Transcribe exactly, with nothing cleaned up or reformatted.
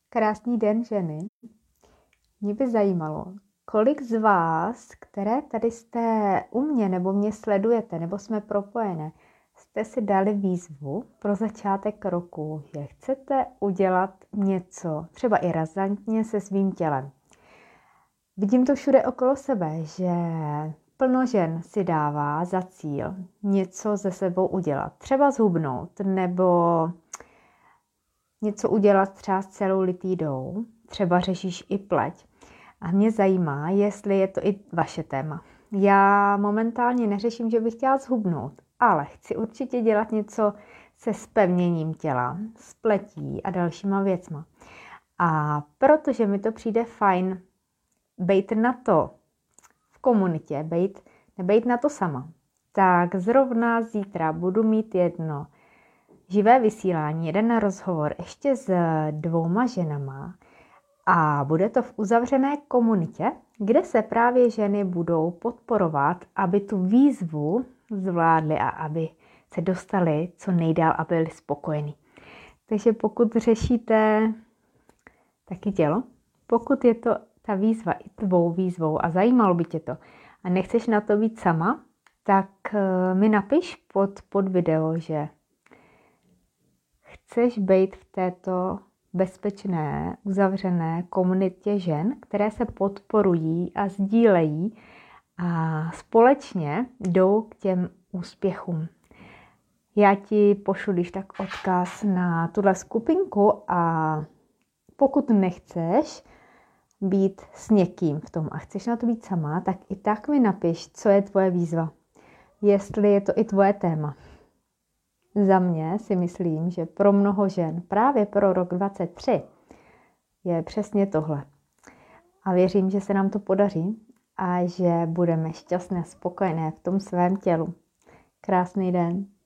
Krásný den, ženy. Mě by zajímalo, kolik z vás, které tady jste u mě nebo mě sledujete, nebo jsme propojené, jste si dali výzvu pro začátek roku, že chcete udělat něco, třeba i razantně se svým tělem. Vidím to všude okolo sebe, že plno žen si dává za cíl něco se sebou udělat. Třeba zhubnout, nebo něco udělat třeba s celulitidou, třeba řešíš i pleť. A mě zajímá, jestli je to i vaše téma. Já momentálně neřeším, že bych chtěla zhubnout, ale chci určitě dělat něco se zpevněním těla, s pletí a dalšíma věcma. A protože mi to přijde fajn bejt na to v komunitě, bejt, nebejt na to sama, tak zrovna zítra budu mít jedno živé vysílání, jeden rozhovor ještě s dvouma ženama a bude to v uzavřené komunitě, kde se právě ženy budou podporovat, aby tu výzvu zvládly a aby se dostali co nejdál a byli spokojení. Takže pokud řešíte taky tělo, pokud je to ta výzva i tvou výzvou a zajímalo by tě to a nechceš na to být sama, tak mi napiš pod, pod video, že chceš být v této bezpečné, uzavřené komunitě žen, které se podporují a sdílejí a společně jdou k těm úspěchům. Já ti pošlu když tak odkaz na tuhle skupinku a pokud nechceš být s někým v tom a chceš na to být sama, tak i tak mi napiš, co je tvoje výzva. Jestli je to i tvoje téma. Za mě si myslím, že pro mnoho žen právě pro rok dvacet tři je přesně tohle. A věřím, že se nám to podaří a že budeme šťastné, spokojené v tom svém tělu. Krásný den.